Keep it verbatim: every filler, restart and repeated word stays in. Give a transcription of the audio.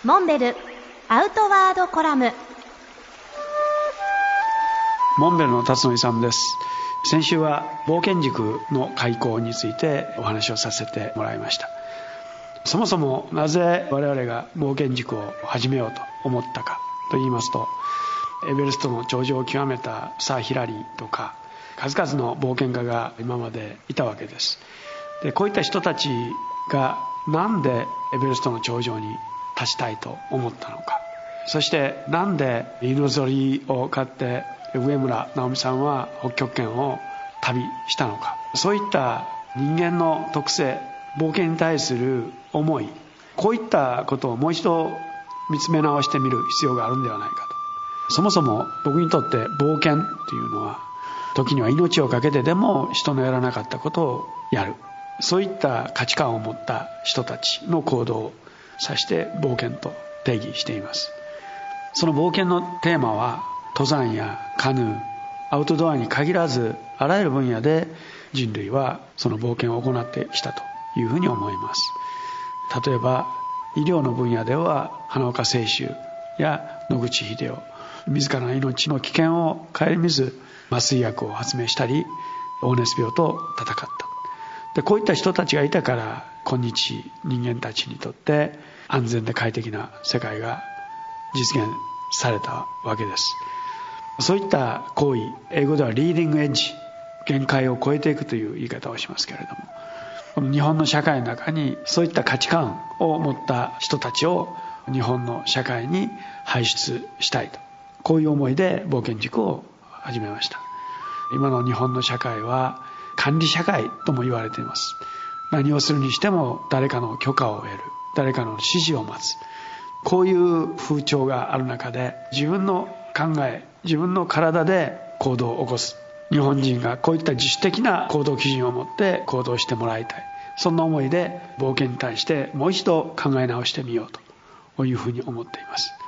モンベルアウトワードコラム。 モンベルの辰野勇です。先週は冒険塾の開講についてお話をさせてもらいました。そもそもなぜ我々が冒険塾を始めようと思ったかと言いますと、エベレストの頂上を極めたサー・ヒラリーとか数々の冒険家が今までいたわけです。でこういった人たちがなんでエベレストの頂上に立ちたいと思ったのか、そしてなんで犬ぞりを飼って上村直美さんは北極圏を旅したのか、そういった人間の特性、冒険に対する思い、こういったことをもう一度見つめ直してみる必要があるんではないかと。そもそも僕にとって冒険というのは、時には命を懸けてでも人のやらなかったことをやる、そういった価値観を持った人たちの行動を指して冒険と定義しています。その冒険のテーマは登山やカヌー、アウトドアに限らずあらゆる分野で人類はその冒険を行ってきたというふうに思います。例えば医療の分野では花岡清舟や野口英世、自らの命の危険を顧みず麻酔薬を発明したり黄熱病と戦った。でこういった人たちがいたから今日人間たちにとって安全で快適な世界が実現されたわけです。そういった行為、英語ではリーディングエッジ、限界を超えていくという言い方をしますけれども、この日本の社会の中にそういった価値観を持った人たちを日本の社会に輩出したいと、こういう思いで冒険塾を始めました。今の日本の社会は管理社会とも言われています。何をするにしても誰かの許可を得る、誰かの指示を待つ、こういう風潮がある中で自分の考え、自分の体で行動を起こす、日本人がこういった自主的な行動基準を持って行動してもらいたい、そんな思いで冒険に対してもう一度考え直してみようというふうに思っています。